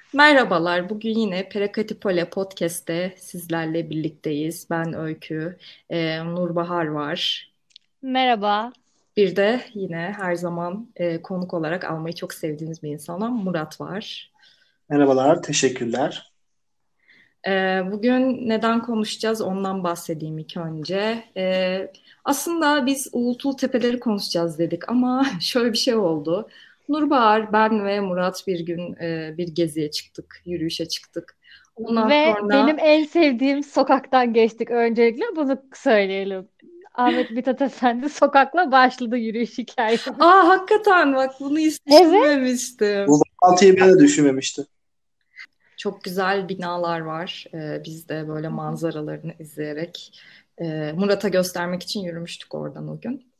Merhabalar, bugün yine Perakatipole Podcast'te sizlerle birlikteyiz. Ben Öykü, Nurbahar var. Merhaba. Bir de yine her zaman konuk olarak almayı çok sevdiğimiz bir insana Murat var. Merhabalar, teşekkürler. E, Bugün neden konuşacağız ondan bahsedeyim ilk önce. Aslında biz Uğultul Tepeleri konuşacağız dedik ama şöyle bir şey oldu. Nurbahar, ben ve Murat bir gün bir geziye çıktık, yürüyüşe çıktık. Ondan Ve sonra benim en sevdiğim sokaktan geçtik öncelikle bunu söyleyelim. Ahmet Mithat Efendi sokakla başladı yürüyüş hikayemiz. Hakikaten bak bunu hiç Evet. düşünmemiştim. Bu bağlantıyı ben de düşünmemiştim. Çok güzel binalar var. Biz de böyle Hı hı. manzaralarını izleyerek Murat'a göstermek için yürümüştük oradan o gün.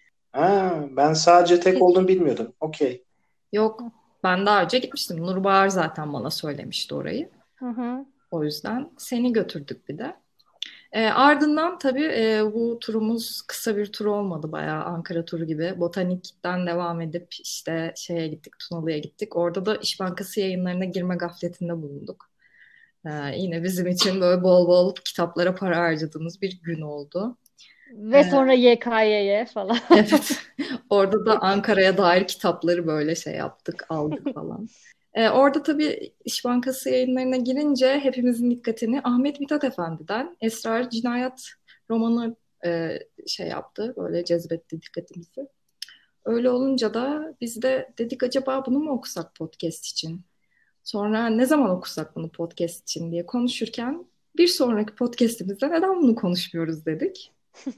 Ben sadece tek Peki. olduğunu bilmiyordum. Okey. Yok, ben daha önce gitmiştim. Nurbahar zaten bana söylemişti orayı. Hı hı. O yüzden seni götürdük bir de. Ardından tabii bu turumuz kısa bir tur olmadı, bayağı Ankara turu gibi. Botanik'ten devam edip işte şeye gittik, Tunalı'ya gittik. Orada da İş Bankası yayınlarına girme gafletinde bulunduk. Yine bizim için böyle bol bol kitaplara para harcadığımız bir gün oldu. Ve sonra YKY'ye falan. Evet, orada da Ankara'ya dair kitapları böyle şey yaptık, aldık falan. Orada tabii İş Bankası yayınlarına girince hepimizin dikkatini Ahmet Mithat Efendi'den Esrar Cinayet romanı şey yaptı, böyle cezbetti dikkatimizi. Öyle olunca da biz de dedik acaba bunu mu okusak podcast için? Sonra ne zaman okusak bunu podcast için diye konuşurken bir sonraki podcastimizde neden bunu konuşmuyoruz dedik.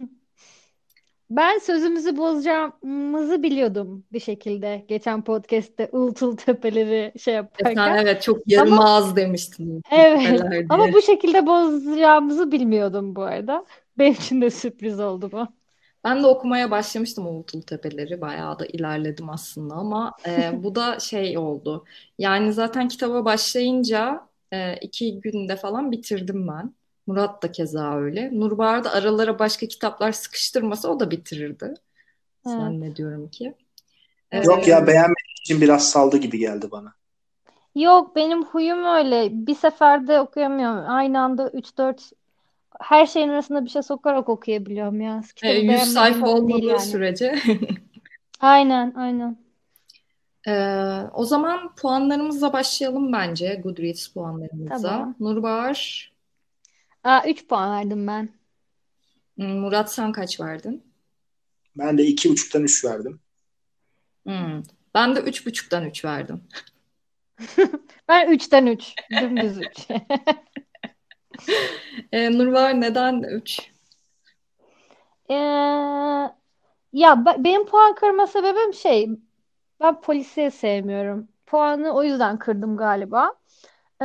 Ben sözümüzü bozacağımızı biliyordum bir şekilde. Geçen podcast'te Uğultul Tepeleri şey Sen yaparken. evet çok yarım Ama ağız demiştin evet. tepeler Ama diye. bu şekilde bozacağımızı bilmiyordum bu arada. Benim için de sürpriz oldu bu. Ben de okumaya başlamıştım Uğultul Tepeleri. Bayağı da ilerledim aslında ama bu da şey oldu. Yani zaten kitaba başlayınca 2 günde falan bitirdim ben. Murat da keza öyle. Nurbahar da aralara başka kitaplar sıkıştırmasa o da bitirirdi. Evet. Zannediyorum ki. E, Evet, Yok ya, evet. beğenmediğim için biraz saldı gibi geldi bana. Yok benim huyum öyle. Bir seferde okuyamıyorum. Aynı anda üç dört her şeyin arasında bir şey sokarak okuyabiliyorum ya. Kitabı 100 beğenmediğim sayfa değil olmadığı yani. sürece. Aynen, aynen. O zaman puanlarımızla başlayalım bence. Goodreads puanlarımıza. Tamam. Nurbahar, 3 puan verdim ben. Murat sen kaç verdin? Ben de 2,5'tan 3 verdim. Hmm. Ben de 3,5'tan 3 verdim. Ben üçten 3. Dümdüz 3. Nurbahar neden 3? Benim puan kırma sebebim ben polisiye sevmiyorum. Puanı o yüzden kırdım galiba. Ee,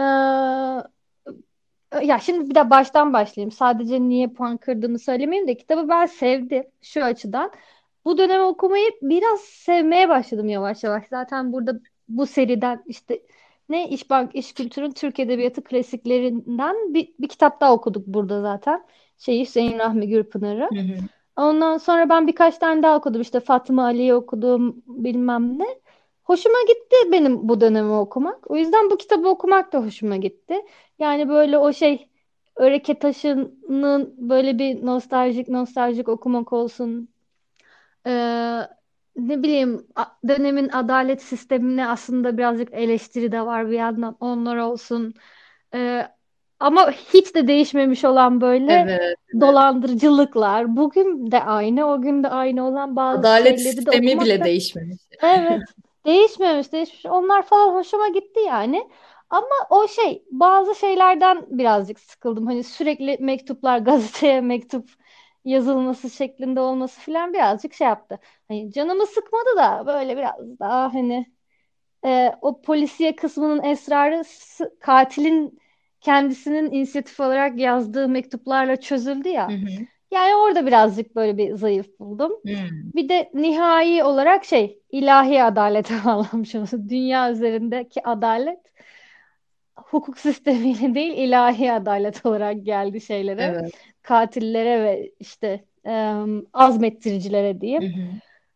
Ya şimdi bir de baştan başlayayım. Sadece niye puan kırdığımı söylemeyeyim de kitabı ben sevdim şu açıdan. Bu dönem okumayı biraz sevmeye başladım yavaş yavaş. Zaten burada bu seriden işte İş Bank İş Kültür'ün Türk Edebiyatı klasiklerinden bir kitap daha okuduk burada zaten. Hüseyin Rahmi Gürpınar'ı. Hı hı. Ondan sonra ben birkaç tane daha okudum. İşte Fatma Ali'yi okudum bilmem ne. Hoşuma gitti benim bu dönemi okumak. O yüzden bu kitabı okumak da hoşuma gitti. Yani böyle Öreke Taşı'nın böyle bir nostaljik okumak olsun. Ee, Ne bileyim dönemin adalet sistemine aslında birazcık eleştiri de var bir yandan onlar olsun. Ee, Ama hiç de değişmemiş olan böyle Evet, evet. dolandırıcılıklar. Bugün de aynı, o gün de aynı olan bazı Adalet şeyleri de sistemi bile okumakta değişmemiş. evet değişmemiş. Onlar falan hoşuma gitti yani. Ama bazı şeylerden birazcık sıkıldım. Hani sürekli mektuplar gazeteye mektup yazılması şeklinde olması falan birazcık şey yaptı. Hani canımı sıkmadı da böyle biraz daha o polisiye kısmının esrarı katilin kendisinin inisiyatif olarak yazdığı mektuplarla çözüldü Hı ya. hı. Yani orada birazcık böyle bir zayıf buldum. Hmm. Bir de nihai olarak ilahi adalete bağlamışım. Dünya üzerindeki adalet hukuk sistemiyle değil ilahi adalet olarak geldi şeylere. Evet. Katillere ve azmettiricilere Hı diyeyim. hı.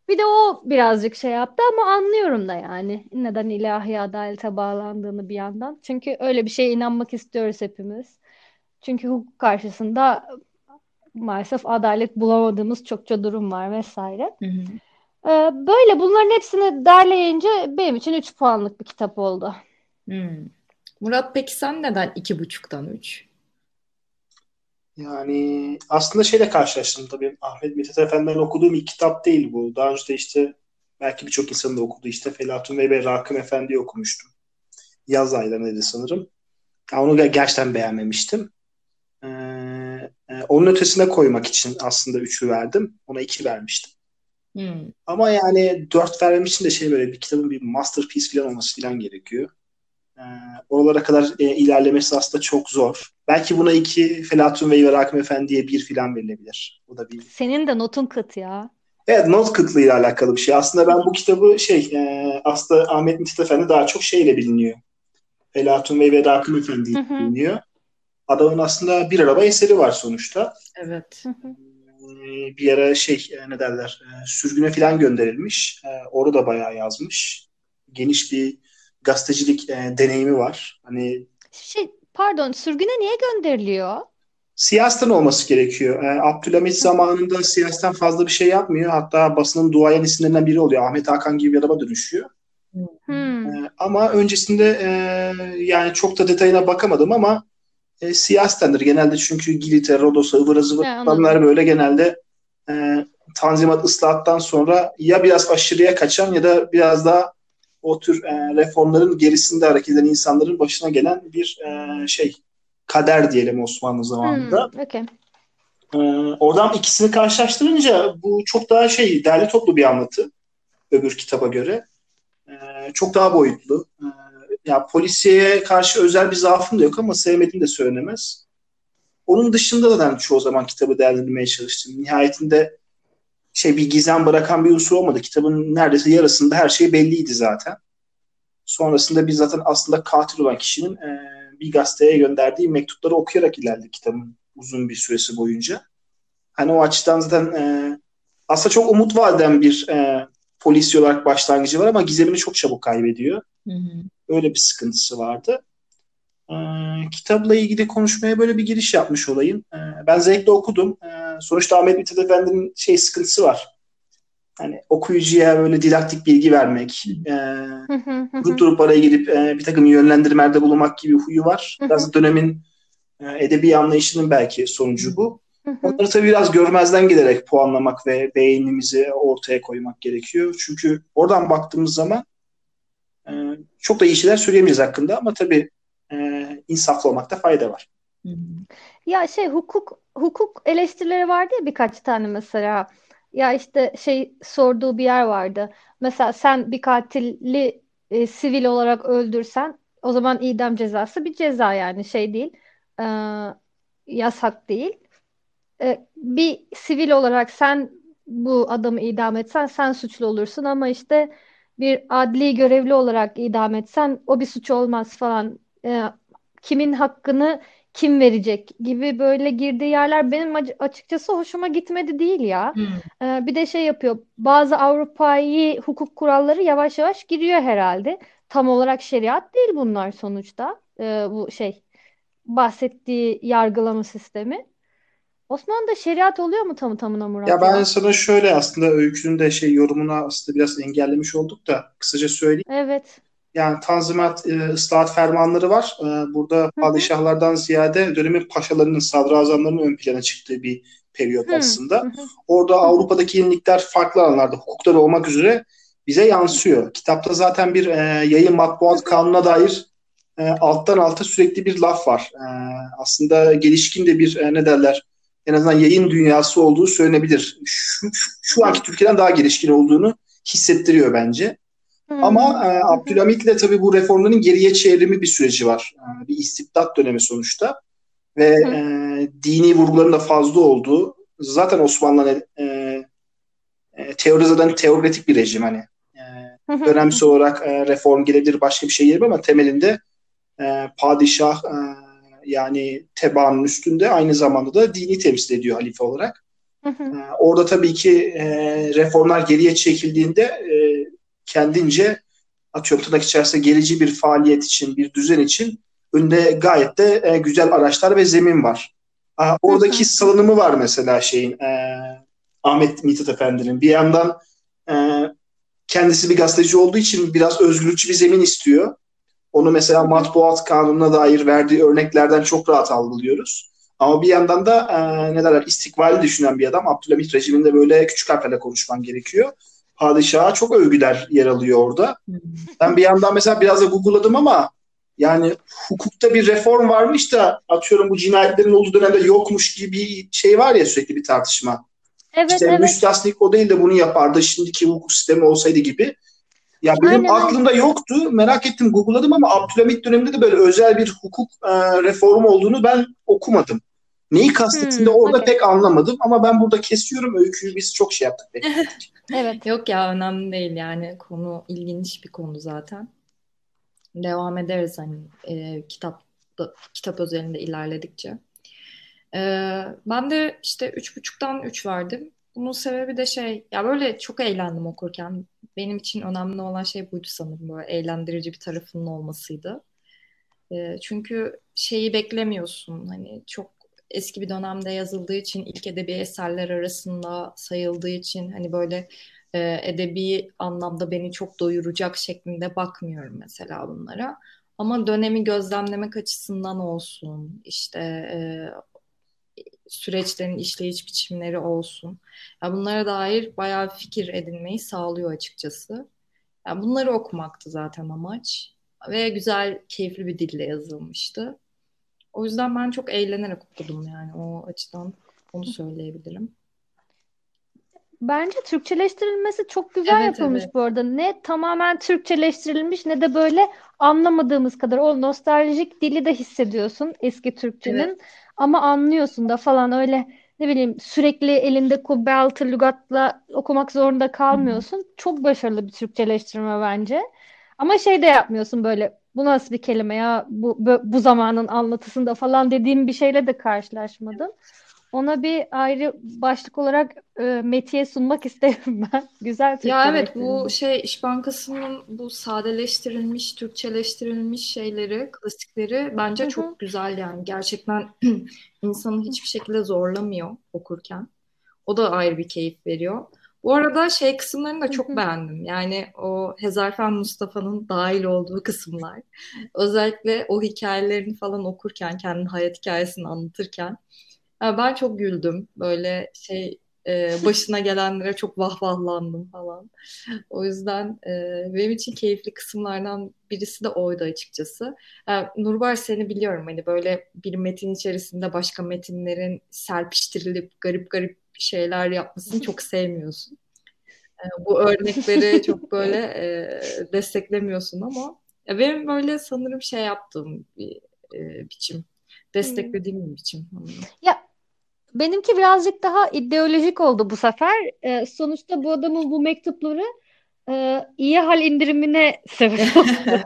Bir de o birazcık şey yaptı ama anlıyorum da yani neden ilahi adalete bağlandığını bir yandan. Çünkü öyle bir şeye inanmak istiyoruz hepimiz. Çünkü hukuk karşısında maalesef adalet bulamadığımız çokça durum var vesaire. Hı hı. Böyle bunların hepsini derleyince benim için 3 puanlık bir kitap oldu. Murat, peki sen neden 2,5'tan 3? Yani aslında şeyle karşılaştım tabii. Ahmet Mithat Efendi'den okuduğum ilk kitap değil bu. Daha önce de işte belki birçok insanın da okuduğu işte Felatun ve Rakım Efendi'yi okumuştum. Yaz aylarındaydı sanırım. Yani onu gerçekten beğenmemiştim. Onun ötesine koymak için aslında 3'ü verdim. Ona 2 vermiştim. Ama yani 4 vermem için de şey böyle bir kitabın bir masterpiece falan olması falan gerekiyor. Oralara kadar ilerlemesi aslında çok zor. Belki buna 2, Felatun ve Hakim Efendi'ye 1 falan verilebilir. O da bir. Senin de notun kıt ya. Evet, not kıtlığıyla alakalı bir şey. Aslında ben bu kitabı aslında Ahmet Mithat Efendi daha çok şeyle biliniyor. Felatun ve Hakim Efendi ile biliniyor. Adamın aslında bir araba eseri var sonuçta. Evet. Bir ara ne derler, sürgüne falan gönderilmiş. Orada bayağı yazmış. Geniş bir gazetecilik deneyimi var. Hani Pardon, sürgüne niye gönderiliyor? siyasetten olması gerekiyor. Abdülhamit zamanında siyasetten fazla bir şey yapmıyor. Hatta basının duayen isimlerinden biri oluyor. Ahmet Hakan gibi bir adama dönüşüyor. Ama öncesinde yani çok da detayına bakamadım ama siyasettendir. Genelde çünkü Girit'e, Rodos'a, ıvıra zıvıra böyle genelde Tanzimat ıslahattan sonra ya biraz aşırıya kaçan ya da biraz daha o tür reformların gerisinde hareket eden insanların başına gelen bir kader diyelim Osmanlı zamanında. Okay. Oradan ikisini karşılaştırınca bu çok daha derli toplu bir anlatı öbür kitaba göre. Çok daha boyutlu. Ya polisiye karşı özel bir zaafım da yok ama sevmediğim de söylenemez. Onun dışında da ben çoğu zaman kitabı değerlendirmeye çalıştım. Nihayetinde bir gizem bırakan bir unsur olmadı. Kitabın neredeyse yarısında her şey belliydi zaten. Sonrasında biz zaten aslında katil olan kişinin bir gazeteye gönderdiği mektupları okuyarak ilerledik kitabın uzun bir süresi boyunca. Hani o açıdan zaten aslında çok umut vaden bir polisi olarak başlangıcı var ama gizemini çok çabuk kaybediyor. Öyle bir sıkıntısı vardı. Kitapla ilgili konuşmaya böyle bir giriş yapmış olayım. Ben zevkle okudum. Sonuçta Ahmet Mithat Efendi'nin sıkıntısı var. Hani okuyucuya böyle didaktik bilgi vermek, durup araya gidip bir takım yönlendirmelerde bulunmak gibi bir huyu var. Biraz dönemin edebi anlayışının belki sonucu bu. Onları tabii biraz görmezden gelerek puanlamak ve beğenimizi ortaya koymak gerekiyor. Çünkü oradan baktığımız zaman çok da iyi şeyler söyleyemeyiz hakkında ama tabii insaflı olmakta fayda var. Ya hukuk eleştirileri vardı ya birkaç tane mesela. Ya işte sorduğu bir yer vardı. Mesela sen bir katili sivil olarak öldürsen o zaman idam cezası bir ceza yani değil. e, Yasak değil. Bir sivil olarak sen bu adamı idam etsen sen suçlu olursun ama işte bir adli görevli olarak idam etsen o bir suç olmaz falan. Kimin hakkını kim verecek gibi böyle girdiği yerler benim açıkçası hoşuma gitmedi değil ya. Bir de yapıyor. Bazı Avrupa'yı hukuk kuralları yavaş yavaş giriyor herhalde. Tam olarak şeriat değil bunlar sonuçta. Bu bahsettiği yargılama sistemi. Osmanlı'da şeriat oluyor mu tamı tamına Murat Ya ben ya? sana şöyle aslında öykünün de yorumuna aslında biraz engellemiş olduk da kısaca söyleyeyim. Evet. Yani Tanzimat, ıslahat fermanları var. Burada padişahlardan ziyade dönemin paşalarının, sadrazamlarının ön plana çıktığı bir periyot aslında. Orada Avrupa'daki yenilikler farklı alanlarda, hukukları olmak üzere bize yansıyor. Kitapta zaten bir yayın matbuat kanununa dair alttan alta sürekli bir laf var. Aslında gelişkin de bir ne derler, en azından yayın dünyası olduğu söylenebilir. Şu anki Türkiye'den daha gelişkin olduğunu hissettiriyor bence. Ama Abdülhamit'le tabii bu reformların geriye çevrimi bir süreci var. Bir istibdat dönemi sonuçta. Ve dini vurguların da fazla olduğu, zaten Osmanlı'nın teorizeden teokratik bir rejim hani. Dönemsel olarak reform gelebilir başka bir şey gelebilir ama temelinde padişah yani tebaanın üstünde aynı zamanda da dini temsil ediyor halife olarak. Orada tabii ki reformlar geriye çekildiğinde kendince atıyorum tırnak içerisinde gerici bir faaliyet için, bir düzen için önünde gayet de güzel araçlar ve zemin var. Oradaki salınımı var mesela Ahmet Mithat Efendi'nin. Bir yandan e, kendisi bir gazeteci olduğu için biraz özgürlükçü bir zemin istiyor. Onu mesela matbuat kanununa dair verdiği örneklerden çok rahat algılıyoruz. Ama bir yandan da ne derler istikbali düşünen bir adam. Abdülhamit rejiminde böyle küçük harflerle konuşman gerekiyor. Padişaha çok övgüler yer alıyor orada. Ben bir yandan mesela biraz da Google'ladım ama yani hukukta bir reform varmış da atıyorum bu cinayetlerin olduğu dönemde yokmuş gibi bir şey var ya sürekli bir tartışma. Evet, İşte evet. müstahnik o değil de bunu yapardı. Şimdiki hukuk sistemi olsaydı gibi. Ya benim Aynen, aklımda yoktu. Merak ettim, Google'ladım ama Abdülhamit döneminde de böyle özel bir hukuk reformu olduğunu ben okumadım. Neyi kastettiğini orada okey. pek anlamadım ama ben burada kesiyorum. Öyküyü biz çok şey yaptık. Evet. Yok ya, önemli değil yani, konu ilginç bir konu zaten. Devam ederiz hani kitap özelinde ilerledikçe. Ben de işte 3,5'tan 3 verdim. Bunun sebebi de ya böyle çok eğlendim okurken. Benim için önemli olan şey buydu sanırım, böyle eğlendirici bir tarafının olmasıydı. Çünkü şeyi beklemiyorsun, hani çok eski bir dönemde yazıldığı için, ilk edebi eserler arasında sayıldığı için hani böyle edebi anlamda beni çok doyuracak şeklinde bakmıyorum mesela bunlara. Ama dönemi gözlemlemek açısından olsun, işte süreçlerin işleyiş biçimleri olsun. Ya bunlara dair bayağı fikir edinmeyi sağlıyor açıkçası. Ya bunları okumaktı zaten amaç. Ve güzel, keyifli bir dille yazılmıştı. O yüzden ben çok eğlenerek okudum yani, o açıdan onu söyleyebilirim. Bence Türkçeleştirilmesi çok güzel Evet, yapılmış evet. bu arada. Ne tamamen Türkçeleştirilmiş ne de böyle anlamadığımız kadar o nostaljik dili de hissediyorsun eski Evet. Türkçenin. Ama anlıyorsun da falan, öyle ne bileyim sürekli elinde kubbeltı lügatla okumak zorunda Hı hı. kalmıyorsun. Çok başarılı bir Türkçeleştirme bence. Ama şey de yapmıyorsun, böyle bu nasıl bir kelime ya, bu zamanın anlatısında falan dediğim bir şeyle de karşılaşmadım. Ona bir ayrı başlık olarak metiye sunmak isterim ben. Güzel Ya evet, bu Türkçeleştirilmiş. İş Bankası'nın bu sadeleştirilmiş, Türkçeleştirilmiş şeyleri, klasikleri Hı bence hı, çok güzel yani. Gerçekten insanı hiçbir şekilde zorlamıyor okurken. O da ayrı bir keyif veriyor. Bu arada kısımlarını da hı çok hı. beğendim. Yani o Hezarfen Mustafa'nın dahil olduğu kısımlar. Özellikle o hikayelerini falan okurken, kendi hayat hikayesini anlatırken. Ya ben çok güldüm. Böyle başına gelenlere çok vahvahlandım falan. O yüzden benim için keyifli kısımlardan birisi de oydu açıkçası. Nurbar, seni biliyorum, hani böyle bir metin içerisinde başka metinlerin serpiştirilip garip garip şeyler yapmasını çok sevmiyorsun. Bu örnekleri çok böyle desteklemiyorsun ama ya benim böyle sanırım yaptığım bir biçim. Hmm. Desteklediğim bir biçim sanırım. Ya benimki birazcık daha ideolojik oldu bu sefer. Sonuçta bu adamın bu mektupları iyi hal indirimine sebep oldu.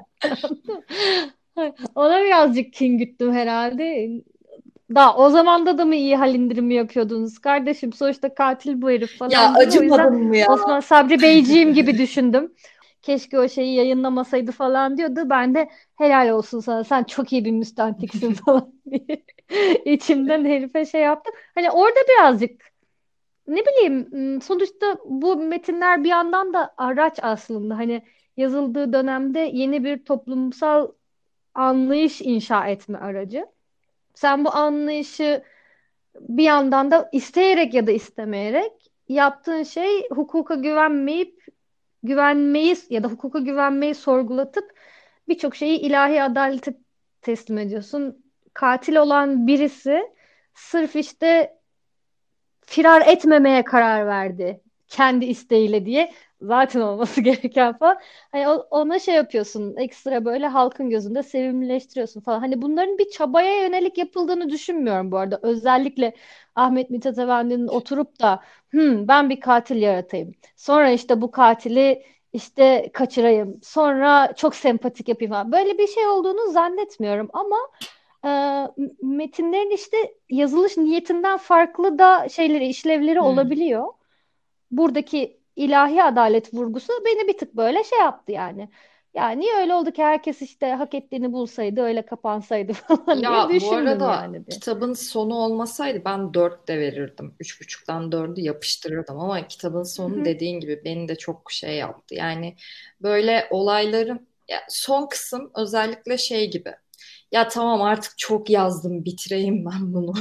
Ona birazcık kin güttüm herhalde. Da o zamanda da mı iyi hal indirimi yapıyordunuz kardeşim? Sonuçta katil bu herif Ya falan diye. O yüzden acımadın mı ya? Osman Sabri Beyciğim gibi düşündüm. Keşke o şeyi yayınlamasaydı falan diyordu. Ben de helal olsun sana, sen çok iyi bir müstentiksin falan diye içimden herife şey yaptım. Hani orada birazcık ne bileyim, sonuçta bu metinler bir yandan da araç aslında. Hani yazıldığı dönemde yeni bir toplumsal anlayış inşa etme aracı. Sen bu anlayışı bir yandan da isteyerek ya da istemeyerek yaptığın şey, hukuka güvenmeyi ya da hukuka güvenmeyi sorgulatıp birçok şeyi ilahi adalete teslim ediyorsun. Katil olan birisi sırf işte firar etmemeye karar verdi kendi isteğiyle diye, zaten olması gereken falan. Hani ona şey yapıyorsun, ekstra böyle halkın gözünde sevimlileştiriyorsun falan. Hani bunların bir çabaya yönelik yapıldığını düşünmüyorum bu arada. Özellikle Ahmet Mithat Efendi'nin oturup da ben bir katil yaratayım. Sonra işte bu katili işte kaçırayım. Sonra çok sempatik yapayım falan. Böyle bir şey olduğunu zannetmiyorum ama metinlerin işte yazılış niyetinden farklı da şeyleri, işlevleri olabiliyor. Buradaki ilahi adalet vurgusu beni bir tık böyle şey yaptı yani. Ya niye öyle oldu ki herkes işte hak ettiğini bulsaydı öyle kapansaydı falan diye Ya bu düşündüm arada yani bir. kitabın sonu olmasaydı ben 4 de verirdim. 3,5'tan 4'ü yapıştırırdım ama kitabın Hı sonu hı. dediğin gibi beni de çok şey yaptı. Yani böyle olayların ya son kısım özellikle şey gibi. Ya tamam artık çok yazdım bitireyim ben bunu.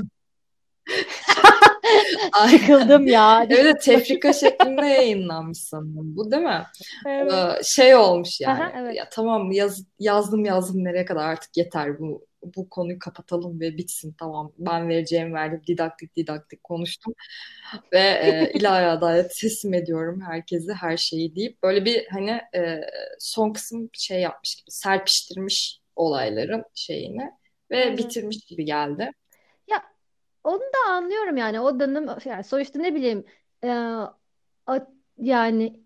Aynen. Sıkıldım ya diye Evet böyle. tefrika şeklinde yayınlanmış sanırım bu değil mi? Evet. Şey olmuş yani. Aha, evet. Ya tamam yazdım nereye kadar artık yeter bu konuyu kapatalım ve bitsin tamam. Ben vereceğim verdim didaktik konuştum ve ilahi adalet teslim ediyorum herkese her şeyi deyip böyle bir hani son kısım şey yapmış gibi serpiştirmiş olayların şeyini ve Evet. bitirmiş gibi geldi. Ya onu da anlıyorum yani o dönem yani sonuçta ne bileyim e, yani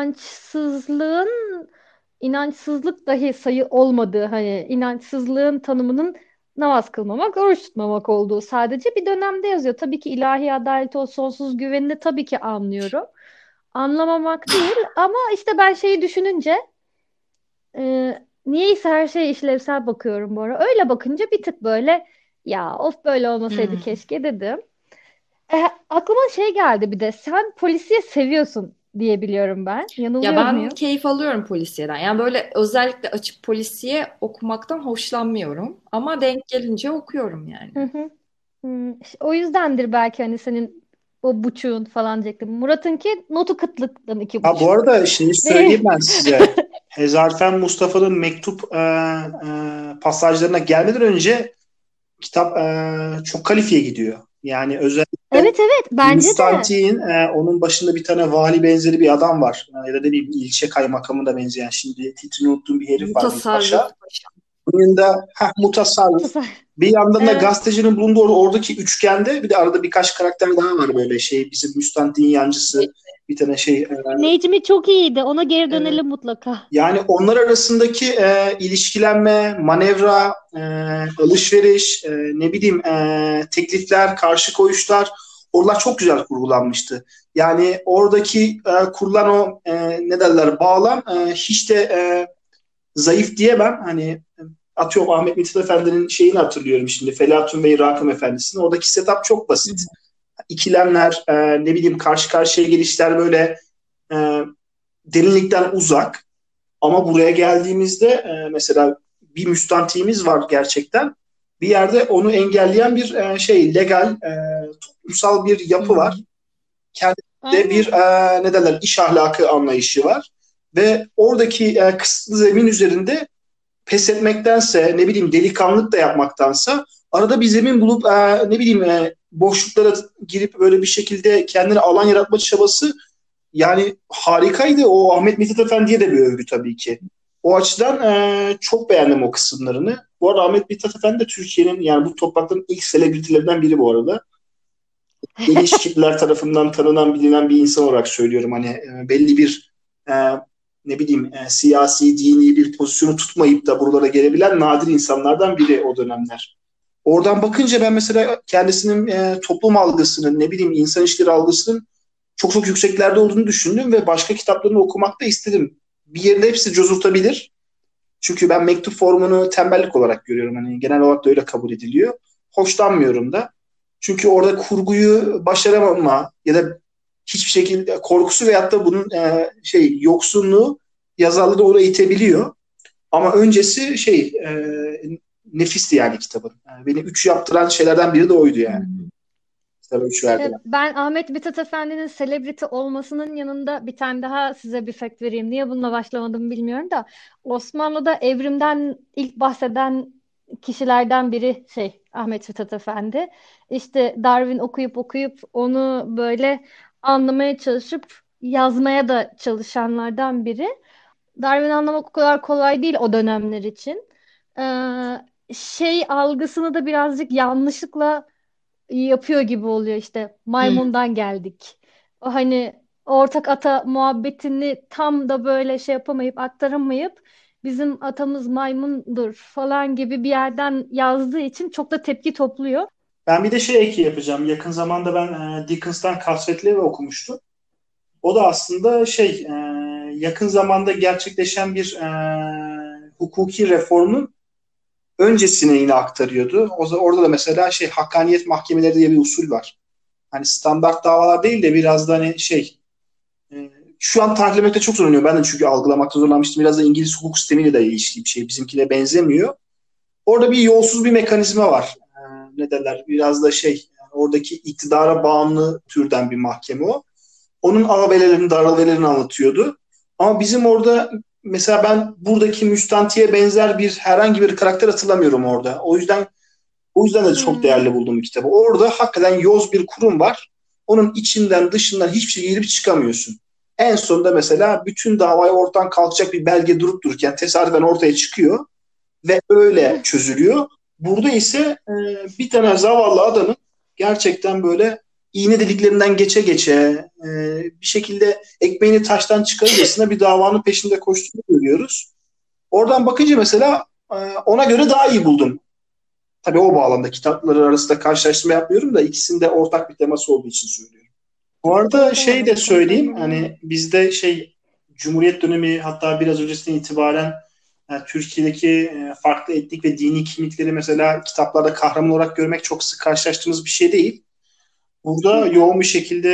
inançsızlık dahi sayı olmadığı hani inançsızlığın tanımının namaz kılmamak, oruç tutmamak olduğu sadece bir dönemde yazıyor. Tabii ki ilahi adalet o sonsuz güvenini tabii ki anlıyorum. Anlamamak değil ama işte ben şeyi düşününce niyeyse her şeye işlevsel bakıyorum bu ara. Öyle bakınca bir tık böyle ya of böyle olmasaydı Hmm. keşke dedim. Aklıma şey geldi bir de sen polisiye seviyorsun diye biliyorum ben. Ya Yanılıyor ben muyum? keyif alıyorum polisiyeden. Yani böyle özellikle açıp polisiye okumaktan hoşlanmıyorum. Ama denk gelince okuyorum yani. Hı hı. İşte o yüzdendir belki hani senin o buçuğun falan diyecektim. Murat'ınki notu kıtlıktan iki Ha bu buçuk. arada şeyi söyleyeyim Ve ben size. Hezarfen Mustafa'nın mektup pasajlarına gelmeden önce kitap çok kalifiye gidiyor. Yani özellikle evet evet bence de. Müstantik'in onun başında bir tane vali benzeri bir adam var. Ya da ne bileyim ilçe kaymakamına benzeyen şimdi titrini unuttuğum bir herif var bir Mutasarrıf paşa. paşa. Bunun da mutasarrıf. Tasar- Bir yandan da Evet. gazetecinin bulunduğu oradaki üçgende bir de arada birkaç karakter daha var böyle şey bizim Müstantik'in Ne- yancısı bir tane şey Necmi çok iyiydi. Ona geri Evet. dönelim mutlaka. yani onlar arasındaki ilişkilenme, manevra, alışveriş, ne bileyim teklifler, karşı koyuşlar oralar çok güzel kurgulanmıştı. Yani oradaki kurulan o ne derler bağlam hiç de zayıf diyemem. Hani atıyorum Ahmet Mithat Efendi'nin şeyini hatırlıyorum şimdi. Felatun ve Rakım Efendisi'nin. Oradaki setup çok Hı hı. basit. İkilemler, ne bileyim karşı karşıya gelişler böyle e, derinlikten uzak. Ama buraya geldiğimizde mesela bir müstantiğimiz var gerçekten. Bir yerde onu engelleyen bir şey legal toplumsal bir Hı yapı hı. var. Kendinde Aynen. bir ne derler iş ahlakı anlayışı var. Ve oradaki kısıtlı zemin üzerinde pes etmektense ne bileyim delikanlılık da yapmaktansa arada bir zemin bulup ne bileyim boşluklara girip böyle bir şekilde kendine alan yaratma çabası yani harikaydı. O Ahmet Mithat Efendi'ye de bir övgü tabii ki. O açıdan çok beğendim o kısımlarını. Bu arada Ahmet Mithat Efendi de Türkiye'nin yani bu toprakların ilk selebritilerinden biri bu arada. Geniş kitleler tarafından tanınan, bilinen bir insan olarak söylüyorum. Hani belli bir e, ne bileyim siyasi, dini bir pozisyonu tutmayıp da buralara gelebilen nadir insanlardan biri o dönemler. Oradan bakınca ben mesela kendisinin toplum algısının, ne bileyim insan ilişkileri algısının çok çok yükseklerde olduğunu düşündüm ve başka kitaplarını okumak da istedim. Bir yerinde hepsi cozurtabilir. Çünkü ben mektup formunu tembellik olarak görüyorum. Hani genel olarak da öyle kabul ediliyor. Hoşlanmıyorum da. Çünkü orada kurguyu başaramama ya da hiçbir şekilde korkusu veyahut da bunun şey yoksunluğu yazarları oraya itebiliyor. Ama öncesi nefisti yani kitabın. Yani beni 3 yaptıran şeylerden biri de oydu Hı yani. hı. Kitaba 3 verdiler. Ben Ahmet Mithat Efendi'nin selebriti olmasının yanında bir tane daha size bir fact vereyim. Niye bununla başlamadım bilmiyorum da Osmanlı'da evrimden ilk bahseden kişilerden biri Ahmet Mithat Efendi. İşte Darwin okuyup okuyup onu böyle anlamaya çalışıp yazmaya da çalışanlardan biri. Darwin anlamak o kadar kolay değil o dönemler için. Şey algısını da birazcık yanlışlıkla yapıyor gibi oluyor işte Hı. maymundan geldik. O hani ortak ata muhabbetini tam da böyle şey yapamayıp aktaramayıp bizim atamız maymundur falan gibi bir yerden yazdığı için çok da tepki topluyor. Ben bir de şey eki yapacağım. Yakın zamanda ben Dickens'tan Kasvetli Evi okumuştum. O da aslında yakın zamanda gerçekleşen bir hukuki reformun öncesine yine aktarıyordu. Orada da mesela hakkaniyet mahkemeleri diye bir usul var. Hani standart davalar değil de biraz da hani şu an tariflemekte çok zorlanıyor. Ben de çünkü algılamakta zorlanmıştım. Biraz da İngiliz hukuk sistemiyle de ilişkili bir şey. Bizimkine benzemiyor. Orada bir yolsuz bir mekanizma var. Ne derler? Biraz da oradaki iktidara bağımlı türden bir mahkeme o. Onun ağabeylerini, darabeylerini anlatıyordu. Ama bizim orada mesela ben buradaki Müstanti'ye benzer herhangi bir karakter hatırlamıyorum orada. O yüzden de çok değerli buldum bu kitabı. Orada hakikaten yoz bir kurum var. Onun içinden dışından hiçbir şey girip çıkamıyorsun. En sonunda mesela bütün davayı ortadan kalkacak bir belge durup dururken tesadüfen ortaya çıkıyor ve öyle çözülüyor. Burada ise bir tane zavallı adamın gerçekten böyle iğne deliklerinden geçe geçe bir şekilde ekmeğini taştan çıkarırcasına bir davanın peşinde koştuğunu görüyoruz. Oradan bakınca mesela ona göre daha iyi buldum. Tabii o bağlamda kitapları arasında karşılaştırma yapmıyorum da ikisinde ortak bir teması olduğu için söylüyorum. Bu arada de söyleyeyim hani bizde Cumhuriyet dönemi hatta biraz öncesinden itibaren Türkiye'deki farklı etnik ve dini kimlikleri mesela kitaplarda kahraman olarak görmek çok sık karşılaştığımız bir şey değil. Burada yoğun bir şekilde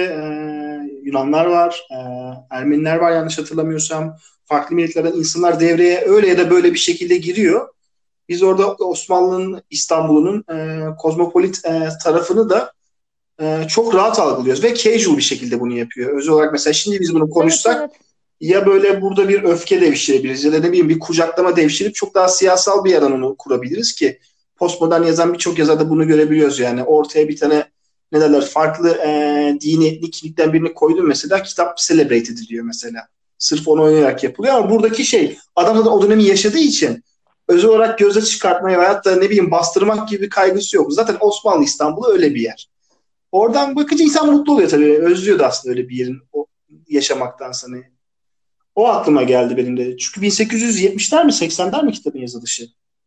Yunanlar var, Ermeniler var yanlış hatırlamıyorsam. Farklı milletlerden insanlar devreye öyle ya da böyle bir şekilde giriyor. Biz orada Osmanlı'nın, İstanbul'un kozmopolit tarafını da çok rahat algılıyoruz ve casual bir şekilde bunu yapıyor. Özel olarak mesela şimdi biz bunu konuşsak Evet. ya böyle burada bir öfke devşirebiliriz ya da ne bileyim bir kucaklama devşirip çok daha siyasal bir yerden onu kurabiliriz ki postmodern yazan birçok yazarda bunu görebiliyoruz yani. Ortaya bir tane ne derler farklı dini etnik kimlikten birini koydun mesela kitap celebrate ediliyor mesela. Sırf onu oynayarak yapılıyor ama buradaki adam da o dönemi yaşadığı için özel olarak göze çıkartmaya veyahut da ne bileyim bastırmak gibi bir kaygısı yok. Zaten Osmanlı İstanbul'u öyle bir yer. Oradan bakınca insan mutlu oluyor tabii. Özlüyordu aslında öyle bir yerin yaşamaktansa. Hani. O aklıma geldi benim de. Çünkü 1870'ler mi 80'ler mi kitabın yazılışı?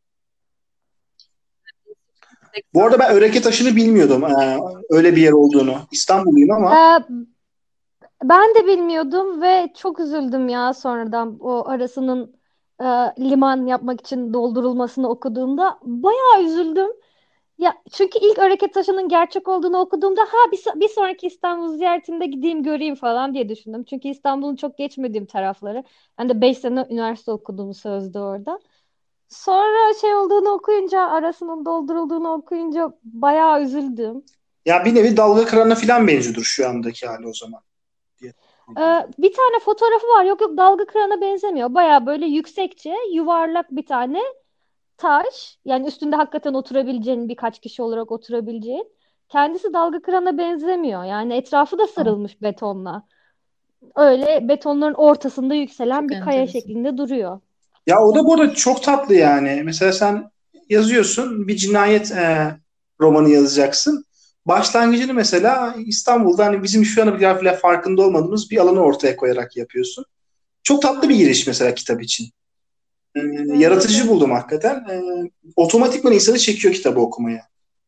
Bu arada ben Öreketaşı'nı bilmiyordum. Öyle bir yer olduğunu. İstanbulluyum ama. Ben de bilmiyordum ve çok üzüldüm ya sonradan o arasının liman yapmak için doldurulmasını okuduğumda. Bayağı üzüldüm. Ya çünkü ilk Öreket Taşı'nın gerçek olduğunu okuduğumda bir sonraki İstanbul ziyaretimde gideyim göreyim falan diye düşündüm. Çünkü İstanbul'un çok geçmediğim tarafları. Ben de 5 sene üniversite okudum sözde orada. Sonra olduğunu okuyunca, arasının doldurulduğunu okuyunca bayağı üzüldüm. Ya bir nevi dalga kıranına falan benziyordur şu andaki hali o zaman. Bir tane fotoğrafı var. Yok yok, dalga kırana benzemiyor. Bayağı böyle yüksekçe, yuvarlak bir tane taş. Yani üstünde hakikaten oturabileceğin, birkaç kişi olarak oturabileceğin. Kendisi dalga kırana benzemiyor. Yani etrafı da sarılmış betonla. Öyle betonların ortasında yükselen Çok bir kaya enteresan. şeklinde duruyor. Ya o da bu arada çok tatlı yani. Mesela sen yazıyorsun bir cinayet romanı yazacaksın. Başlangıcını mesela İstanbul'da hani bizim şu an bile farkında olmadığımız bir alanı ortaya koyarak yapıyorsun. Çok tatlı bir giriş mesela kitap için. Yaratıcı buldum hakikaten. Otomatikman insanı çekiyor kitabı okumaya.